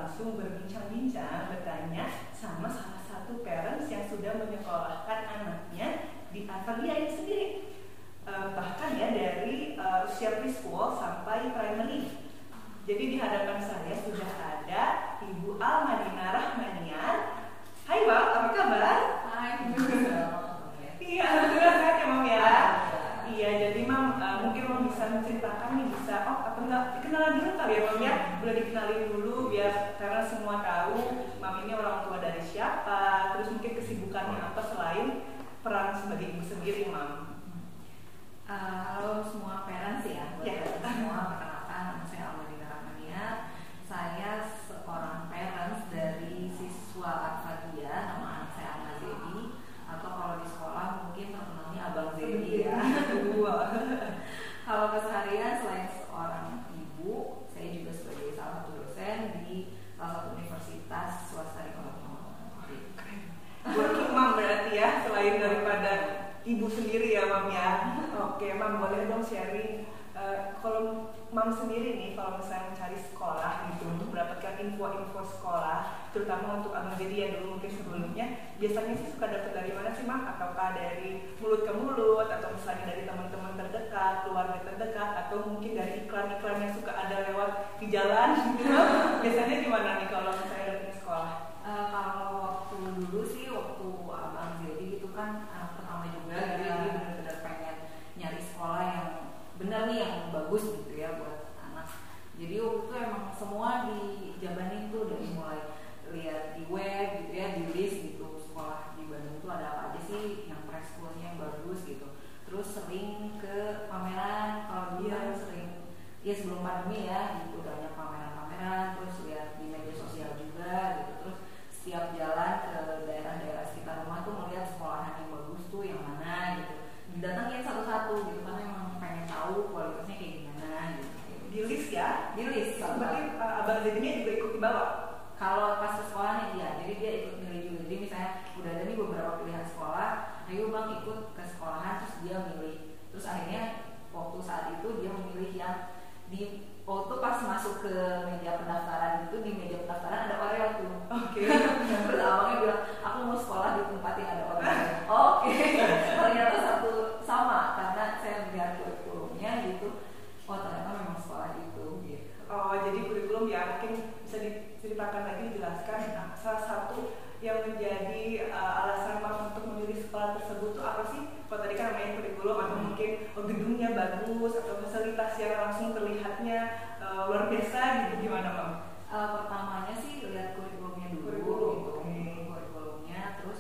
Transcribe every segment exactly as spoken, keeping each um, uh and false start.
langsung berbincang-bincang, bertanya sama salah satu parents yang sudah menyekolahkan anaknya di Al-Fathiyah ini sendiri. Uh, bahkan ya dari uh, usia preschool sampai primary. Jadi di hadapan saya sudah ada Ibu Al-Madinah Rahmanian. Hai Mbak, apa kabar? Hai. Iya, alhamdulillah sehat ya Mam ya. Iya, jadi Mam uh, mungkin Mam bisa menceritakan nih, bisa oh apa enggak dikenalan dulu kali ya Mam ya. Boleh dikenalin dulu biar karena semua tahu Mam ini orang tua dari siapa, terus mungkin kesibukannya apa selain peran sebagai ibu sendiri Mam. Uh, halo semua parents ya, buat ya. semua perkenalkan, nama saya Al-Madinah Rahmanian. Saya seorang parents dari siswa Al-Fathiyah, nama anak saya Ahmad Zedi, atau kalau di sekolah mungkin terkenalnya Abang Zedi ya. Kalau keseharian selain seorang ibu, saya juga sebagai salah satu dosen di salah satu universitas swasta di Kota Pekalongan. Working mom berarti ya, selain daripada ibu sendiri ya Mam ya. Oke Mam, boleh dong sharing uh, kalau Mam sendiri nih kalau misalnya mencari sekolah gitu untuk mendapatkan info-info sekolah, terutama untuk Abang Jadi ya dulu mungkin sebelumnya, biasanya sih suka dapat dari mana sih Mam? Ataukah dari mulut ke mulut, atau misalnya dari teman-teman terdekat, keluarga terdekat, atau mungkin dari iklan-iklan yang suka ada lewat di jalan gitu? Biasanya gimana nih kalau misalnya datang sekolah? Uh, kalau waktu dulu sih, waktu Abang Jadi itu kan anak pertama juga, ya. Jadi dia benar-benar pengen nyari sekolah yang benar nih, yang bagus gitu ya buat anak. Jadi waktu itu emang semua dijabanin tuh, dari mulai lihat di web gitu ya, di list gitu sekolah di Bandung tuh ada apa aja sih yang preschoolnya yang bagus gitu. Terus sering ke pameran, kalau dulu kan sering ya sebelum pandemi ya gitu, banyak pameran-pameran, terus lihat di media sosial juga gitu. Terus setiap jalan ke daerah-daerah sekitar rumah tuh melihat sekolahan yang bagus tuh yang mana gitu, didatangin satu-satu gitu karena emang pengen tahu kualitasnya kayak gimana gitu. Di list ya? Di list. Berarti uh, Abang Zedinya juga ikut dibawa? Kalau pas ke sekolahnya iya, jadi dia ikut milih juga. Jadi misalnya udah ada nih beberapa pilihan sekolah, ayo Bang ikut ke sekolahan, terus dia milih. Terus akhirnya waktu saat itu dia memilih yang di waktu pas masuk ke meja pendaftaran itu, di meja pendaftaran ada Oreo tuh. Oke. Okay. Terus abangnya bilang, aku mau sekolah di tempat yang ada Oreo. Oke. Okay. Ternyata satu sama karena saya melihat kurikulumnya gitu. Oh ternyata memang sekolah itu. Gitu. Oh jadi kurikulum ya mungkin bisa diceritakan lagi, dijelaskan. Nah, salah satu yang menjadi uh, alasan Mam untuk memilih sekolah tersebut itu apa sih? Kalau tadi kan namanya kurikulum, atau mungkin oh, gedungnya bagus, atau fasilitas yang langsung terlihatnya uh, luar biasa gitu, gimana Mam? Uh, pertamanya sih lihat kurikulumnya dulu, kurikulum, gitu. Okay. Kurikulumnya, terus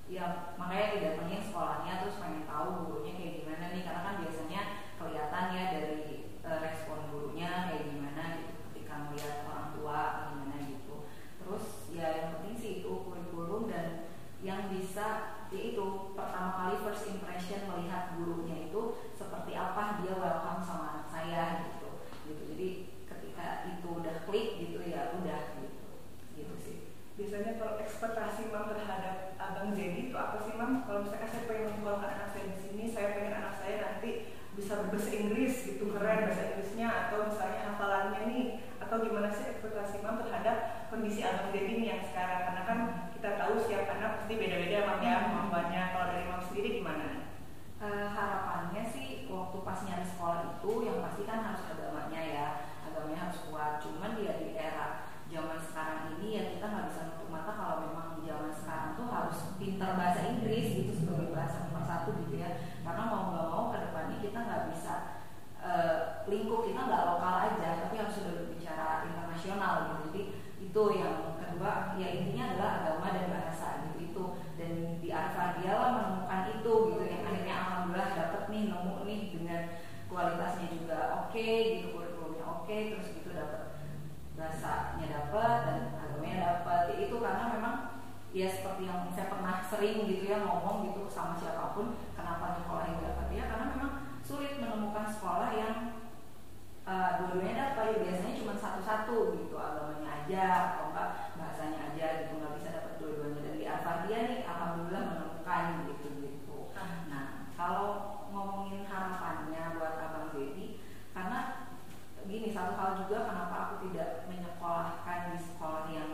ya makanya didatengin sekolahnya, terus pengen tahu gurunya kayak gimana nih, karena kan biasanya kelihatan ya dari uh, respon gurunya kayak gimana gitu ketika melihat orang tua gimana gitu. Terus ya yang penting sih itu kurikulum, dan yang bisa yaitu pertama kali first impression melihat gurunya itu seperti apa dia welcome sama anak saya gitu gitu. Jadi ketika itu udah klik gitu ya udah gitu gitu sih. Biasanya kalau ekspektasi Mam terhadap Abang Zedi itu apa sih Mam? Kalau misalkan saya pengen menyekolahkan anak saya di sini, saya pengen anak saya nanti bisa berbahasa Inggris gitu, keren bahasa Inggrisnya, atau misalnya hafalannya nih, atau gimana sih ekspektasi Mam terhadap kondisi Abang Zedi nih yang sekarang? Karena kan kita tahu setiap anak pasti beda-beda Mam ya kemampuannya. Kalau dari Mam sendiri gimana? Uh, harapannya sih waktu pas nyari sekolah itu yang pasti kan harus agamanya ya, agamanya harus kuat. Cuman dia di era zaman sekarang ini ya kita nggak bisa nutup mata kalau memang di zaman sekarang tuh harus pintar bahasa Inggris gitu sebagai bahasa nomor satu gitu ya. Karena mau nggak mau ke depannya kita nggak bisa uh, lingkup kita nggak lokal aja, tapi harus sudah berbicara internasional gitu. Jadi itu yang kedua ya, intinya adalah agama dan bahasa gitu itu. Dan di Al-Fathiyah lah menemukan itu gitu, yang akhirnya alhamdulillah dapet nih, nemu nih dengan kualitasnya juga oke okay, gitu, kurikulumnya oke okay, terus gitu dapet bahasanya dapat dan agamanya dapat ya, itu karena memang ya seperti yang saya pernah sering gitu ya ngomong gitu sama siapapun, kenapa nyekolahin Al-Fathiyah, karena memang sulit menemukan sekolah yang uh, dua-duanya dapat ya, biasanya cuma satu-satu gitu, agamanya aja atau enggak bahasanya aja gitu, nggak bisa dapat dua-duanya. Dari Al-Fathiyah nih alhamdulillah menemukan gitu gitu. Nah kalau ngomongin harapannya buat Abang Zedi, karena gini, satu hal juga kenapa aku tidak menyekolahkan di sekolah yang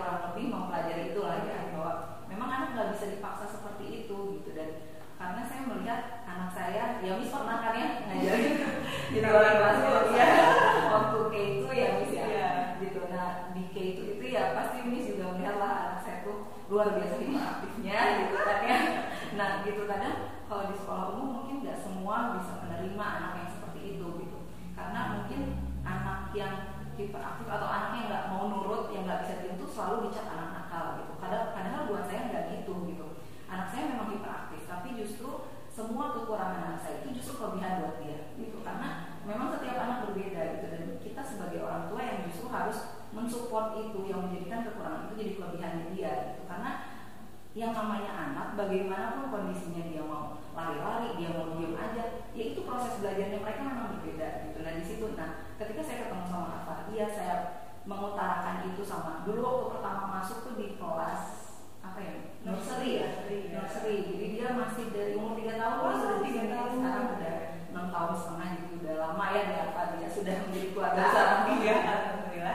kurang lebih mempelajari itu lah ya, bahwa memang anak nggak bisa dipaksa seperti itu gitu. Dan karena saya melihat anak saya, ya Miss pernah kan ya ngajarin jadi orang kelas ya waktu K itu ya Miss ya, yeah. gitu. Nah di K itu itu ya pasti Miss juga melihat lah anak saya tuh luar biasa hiperaktifnya gitu kan ya. Nah gitu, kadang kalau di sekolah umum mungkin nggak semua bisa menerima anak yang seperti itu gitu, karena mungkin anak yang hiperaktif atau anak yang nggak mau nurut, yang nggak bisa diam tuh selalu dicap anak nakal gitu. Kadang padahal buat saya nggak gitu gitu. Anak saya memang hiperaktif, tapi justru semua kekurangan anak saya itu justru kelebihan buat dia gitu, karena memang setiap anak berbeda gitu, dan kita sebagai orang tua yang justru harus mensupport itu, yang menjadikan kekurangan itu jadi kelebihannya dia gitu. Karena yang namanya anak, bagaimanapun kondisinya, dia mau lari-lari, dia mau diem aja, ya itu proses belajarnya mereka memang berbeda gitu. Nah di situ, nah ketika saya ketemu sama Afa, iya saya mengutarakan itu sama, dulu waktu pertama masuk tuh di kelas apa ya, nursery ya, nursery. Jadi dia masih dari umur tiga tahun, oh, sudah tiga tahun, sekarang udah enam tahun setengah, gitu udah lama ya dia apa dia sudah menjadi keluarga sama dia, alhamdulillah.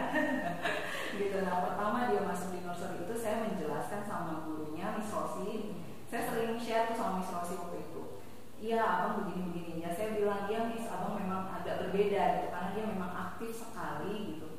Gitu. Nah pertama dia masuk di nursery itu saya menjelaskan sama gurunya Miss Rosi, saya sering share tuh sama Miss Rosi waktu itu. Iya abang begini-begini ya, saya bilang ya Miss, abang memang agak berbeda gitu, karena dia memang aktif sekali gitu.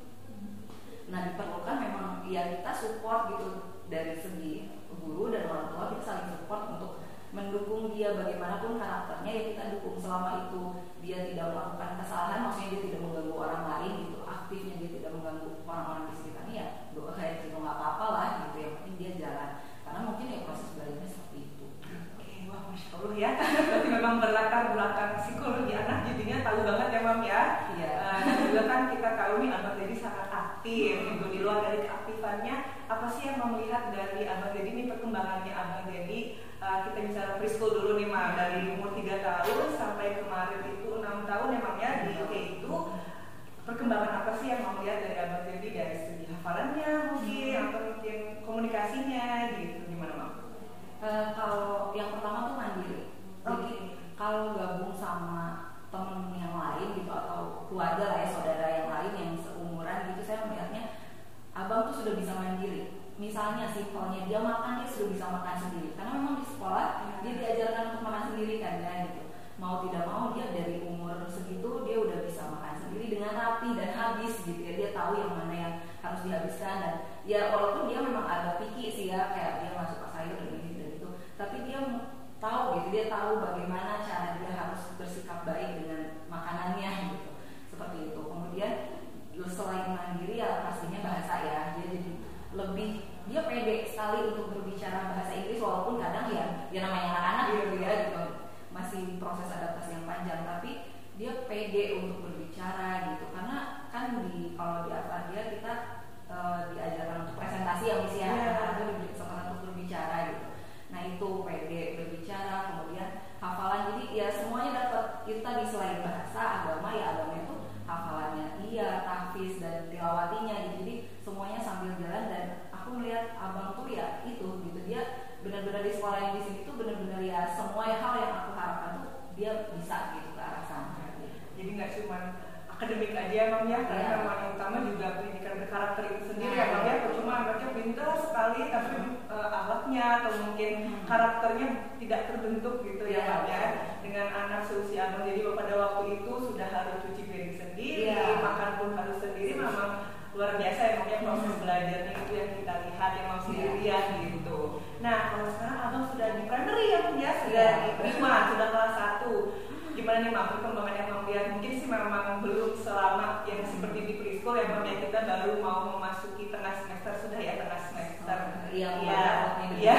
Nah diperlukan memang ya kita support gitu, dari segi guru dan orang tua kita saling support untuk mendukung dia bagaimanapun karakternya, ya kita dukung selama itu dia tidak melakukan kesalahan, maksudnya dia tidak mengganggu orang lain gitu, aktifnya dia tidak mengganggu orang-orang di sekitarnya, ya doa kayak gitu nggak apa-apa lah gitu, yang penting dia jalan, karena mungkin ya proses belajarnya seperti itu. Oke, wah masya Allah ya, berarti memang berlatar belakang psikologi anak jadinya tahu banget ya Mam ya. Iya. Uh, dan juga kan kita tahu nih Abang jadi sangat aktif gitu, di luar dari keaktifannya apa sih yang Mam lihat dari Abang jadi ini perkembangannya Abang jadi uh, kita bicara preschool dulu nih Mam, dari umur tiga tahun sampai kemarin itu enam tahun ya Mam ya di U K itu, perkembangan apa sih yang Mam lihat dari Abang jadi dari segi hafalannya mungkin atau mungkin komunikasinya gitu, gimana Mam? Uh, kalau yang pertama tuh mandiri, jadi kalau gabung sama temen yang lain gitu atau keluarga lah ya, saudara yang lain yang seumuran gitu, saya melihatnya abang tuh sudah bisa mandiri. Misalnya simpelnya dia makan, dia sudah bisa makan sendiri, karena memang di sekolah dia diajarkan untuk makan sendiri kan ya gitu. Mau tidak mau dia dari umur segitu dia udah bisa makan sendiri dengan rapi dan habis gitu ya, dia tahu yang mana yang harus dihabiskan. Dan ya walaupun dia memang agak picky sih ya, kayak dia masuk ke sayur dan ini dan itu, tapi dia tahu gitu, dia tahu bagaimana cara dia harus bersikap baik dengan makanannya gitu, seperti itu. Kemudian selain mandiri ya pastinya bahasa ya, dia jadi lebih, dia pede sekali untuk berbicara bahasa Inggris, walaupun kadang ya ya namanya anak-anak gitu ya gitu, masih proses adaptasi yang panjang, tapi dia pede untuk berbicara gitu. Karena kan di kalau di Arcadia kita uh, diajarkan untuk presentasi yang misi ya, yeah. Itu diberi kesempatan untuk berbicara gitu. Nah itu pede berbicara, kemudian hafalan, jadi ya semuanya dapat. Itu tadi selain bahasa, agama ya agama itu hafalannya iya, tahfiz dan tilawatinya gitu. Jadi semuanya sambil jalan, dan aku melihat abang tuh ya itu gitu, dia benar-benar di sekolah yang di sini tuh benar-benar ya semua hal yang aku harapkan tuh dia bisa gitu ke arah sana. Jadi nggak cuma akademik aja Mam ya, karena yeah. Memang yang utama juga pendidikan berkarakter itu sendiri ya Mam ya. Cuma anaknya pintar sekali tapi uh, akhlaknya atau mungkin hmm. karakternya tidak terbentuk gitu yeah. ya Mam ya. Dengan anak seusia Abang jadi pada waktu itu sudah harus cuci piring sendiri, yeah. makan pun harus sendiri, memang luar biasa ya Mam ya proses hmm. belajarnya itu yang kita lihat, yang Mam sendiri lihat yeah. gitu. Nah kalau sekarang Abang sudah di primary ya Mam ya, sudah yeah. di prima, sudah kelas satu. Gimana nih Mam perkembangan yang Mam lihat? Mungkin sih memang belum selama yang seperti di preschool ya Mam ya, kita baru mau memasuki tengah semester sudah ya, tengah semester. Iya, iya, iya.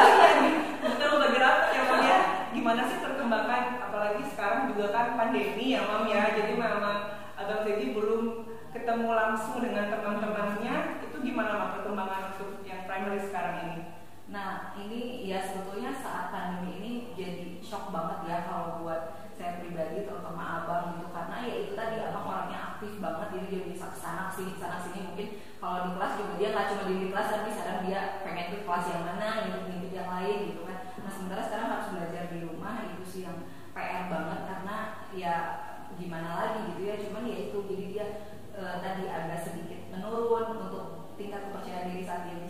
Betul bagi rapat ya Mam ya. Gimana sih perkembangan? Apalagi sekarang juga kan pandemi ya Mam ya. Jadi memang Abang jadi belum ketemu langsung dengan teman-temannya. Itu gimana Mam perkembangan untuk yang primary sekarang ini? Nah ini ya sebetulnya saat pandemi ini jadi shock banget ya kalau buat saya pribadi, terutama abang gitu, karena ya itu tadi abang orangnya aktif banget, jadi dia bisa kesana sini sana sini. Mungkin kalau di kelas juga dia nggak cuma di kelas, tapi sekarang dia pengen ke kelas yang mana, ngikut-ngikut yang lain gitu kan. Nah sementara sekarang harus belajar di rumah, itu sih yang P R banget, karena ya gimana lagi gitu ya. Cuman ya itu, jadi dia e, tadi agak sedikit menurun untuk tingkat kepercayaan diri saat dia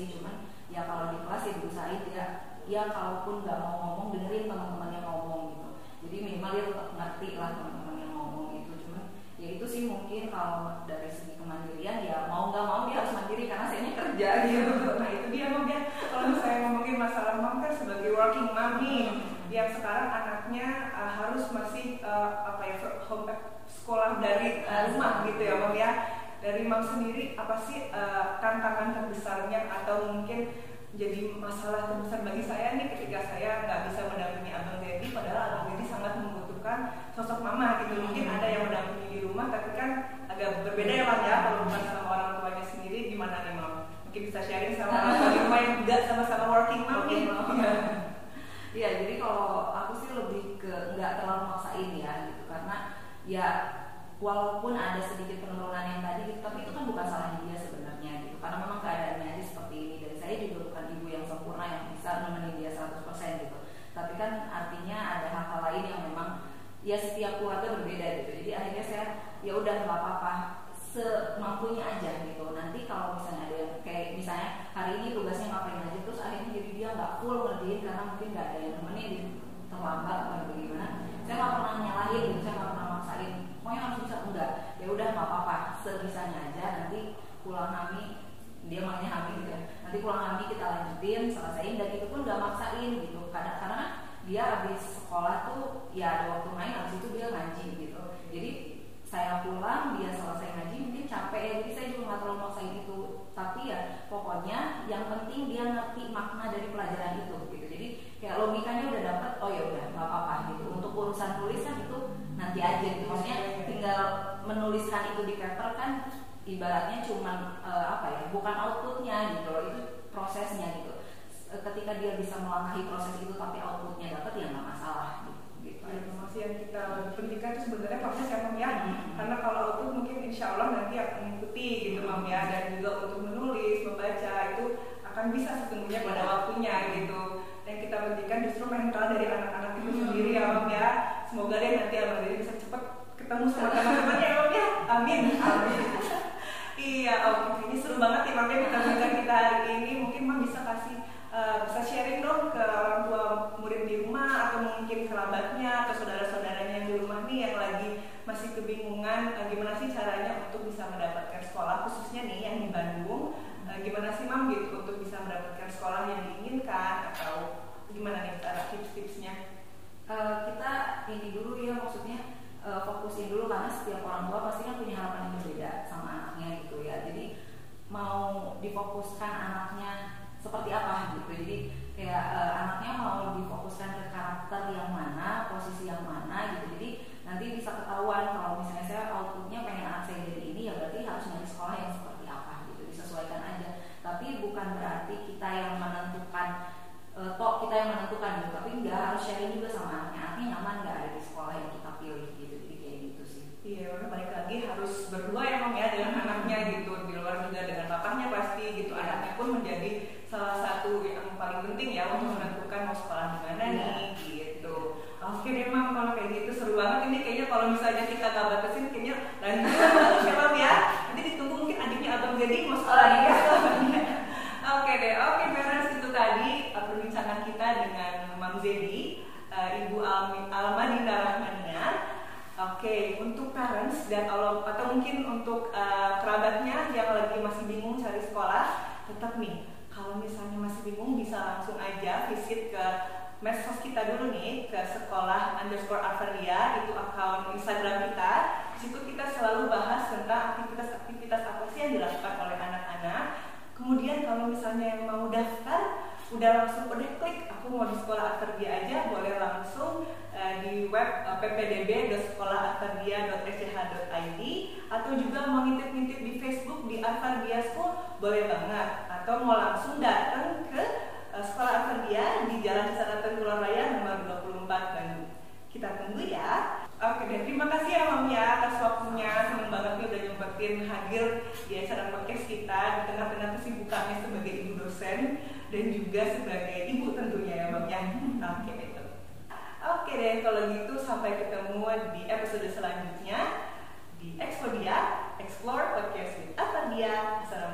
sih, cuman ya kalau di kelas ya berusahain dia ya kalaupun nggak mau ngomong dengerin teman-teman yang ngomong gitu. Jadi minimal dia tetap ngerti lah teman-teman yang ngomong gitu. Cuman ya itu sih mungkin kalau dari segi kemandirian ya mau nggak mau dia harus mandiri karena sayanya kerja gitu. Nah itu dia Mam ya, kalau misalnya ngomongin masalah Mam kan sebagai working mom nih, yang sekarang anaknya uh, harus masih uh, apa ya home sekolah dari uh, rumah gitu ya Mam ya. Dari Mam sendiri apa sih uh, tantangan terbesarnya atau mungkin jadi masalah terbesar bagi saya nih ketika saya nggak bisa mendampingi Abang Dedi, padahal Abang Dedi sangat membutuhkan sosok mama gitu. Mungkin ada yang mendampingi di rumah tapi kan agak berbeda ya Mam ya kalau bukan sama orang tuanya sendiri. Gimana nih Mam? Mungkin bisa sharing sama orang tua di rumah yang juga sama-sama working mom nih. Iya, jadi kalau aku sih lebih ke nggak terlalu maksain ya gitu, karena ya walaupun ada sedikit penurunan yang tadi gitu, tapi itu kan bukan salahnya dia sebenarnya gitu, karena memang keadaannya aja seperti ini. Dan saya juga bukan ibu yang sempurna yang bisa nemenin dia seratus persen gitu, tapi kan artinya ada hal-hal lain yang memang ya setiap keluarga berbeda gitu. Jadi akhirnya saya ya udah nggak apa-apa, semampunya aja gitu. Nanti kalau misalnya ada yang kayak misalnya hari ini tugasnya ngapain aja, terus akhirnya jadi dia nggak full ngerjain karena mungkin nggak ada yang nemenin, terlambat atau bagaimana, saya nggak pernah nyalahin gitu, saya nggak pernah maksain mau yang harus bisa, enggak, ya udah nggak apa-apa, sebisanya aja. Nanti pulang kami, dia makanya hamil gitu ya, nanti pulang kami kita lanjutin, selesaiin, dan itu pun nggak maksain gitu. Kadang karena dia habis sekolah tuh ya ada waktu main, habis itu dia ngaji gitu. Jadi saya pulang, dia selesai ngaji, mungkin capek ya, jadi saya juga nggak terlalu maksain itu. Tapi ya pokoknya yang penting dia ngerti makna dari pelajaran itu gitu. Jadi kayak logikanya udah dapet, oh ya udah nggak apa-apa gitu. Untuk urusan tulis kan itu nanti aja gitu. Maksudnya tinggal menuliskan itu di paper kan ibaratnya cuman uh, apa ya, bukan outputnya gitu loh, itu prosesnya gitu. Ketika dia bisa melangkahi proses itu tapi outputnya dapet ya nggak masalah gitu. Gitu. Ya, masih yang kita pentingkan itu sebenarnya proses ya Mam ya, hmm. karena kalau itu mungkin insya Allah nanti akan mengikuti gitu Mam ya, dan juga untuk menulis, membaca itu akan bisa sesungguhnya pada waktunya gitu. Dan kita pentingkan justru mental dari anak-anak itu sendiri ya Mam ya. Semoga deh nanti Abang Dedi bisa cepat ketemu sama teman-temannya ya Mam ya. Amin. Amin. Iya, oke, okay. Ini seru banget ya Mam ya kita kita hari ini. Mungkin Mam bisa kasih Uh, bisa sharing dong ke orang tua murid di rumah atau mungkin kerabatnya atau saudara-saudaranya yang di rumah nih yang lagi masih kebingungan uh, gimana sih caranya untuk bisa mendapatkan sekolah, khususnya nih yang di Bandung, uh, gimana sih Mam gitu untuk bisa mendapatkan sekolah yang diinginkan, atau gimana nih cara tips-tipsnya? Uh, kita ini dulu ya, maksudnya uh, fokusin dulu, karena setiap orang tua pasti kan punya harapan yang berbeda sama anaknya gitu ya. Jadi mau difokuskan anaknya seperti apa gitu. Jadi kayak uh, anaknya mau difokuskan ke karakter yang mana, posisi yang mana gitu. Jadi nanti bisa ketahuan kalau misalnya saya outputnya pengen anak saya jadi ini, ya berarti harus nyari sekolah yang seperti apa gitu, disesuaikan aja. Tapi bukan berarti kita yang menentukan, uh, toh kita yang menentukan gitu, tapi nggak harus sharing juga sama anaknya, anaknya nyaman nggak ada di sekolah yang kita pilih gitu. Jadi kayak gitu sih. Iya, karena balik lagi harus berdua ya Mam ya dengan anaknya gitu, di luar juga dengan papahnya pasti gitu. Anaknya pun menjadi salah satu yang paling penting ya untuk menentukan mau sekolah di mana nih gitu. Oke deh Mam, kalau kayak gitu seru banget ini kayaknya. Kalau misalnya kita nggak batasin kayaknya lanjut bagus ya Mam ya. Nanti ditunggu mungkin adiknya Abang Dedi mau sekolah di mana. Oke deh, oke beres itu tadi perbincangan kita dengan Mam Zedi, uh, Ibu Alma Dinda Rahmania. Oke, untuk parents dan atau mungkin untuk uh, kerabatnya yang lagi masih bingung cari sekolah, tetap nih kalau misalnya masih bingung bisa langsung aja visit ke medsos kita dulu nih, ke sekolah underscore Arvadia, itu akun Instagram kita. Di situ kita selalu bahas tentang aktivitas-aktivitas apa sih yang dilakukan oleh anak-anak. Kemudian kalau misalnya yang mau daftar, udah langsung udah klik aku mau di sekolah Arvadia aja, boleh langsung uh, di web uh, p p d b dot sekolah arvadia dot s c h dot i d, atau juga mau ngintip-ngintip di Facebook di Arvadia School boleh banget, atau mau langsung datang ke uh, sekolah Arvadia di Jalan Cisaratan Kulon Raya nomor dua puluh empat Bandung. Kita tunggu ya. Oke, dan terima kasih ya Mam ya atas waktunya. Senang banget nih udah nyempetin hadir di acara podcast kita di tengah-tengah kesibukannya sebagai ibu dosen dan juga sebagai ibu tentunya ya Mam ya. Oke itu. Oke deh, kalau gitu sampai ketemu di episode selanjutnya di Expodia, Explore Podcast with Arvadia. Assalamualaikum.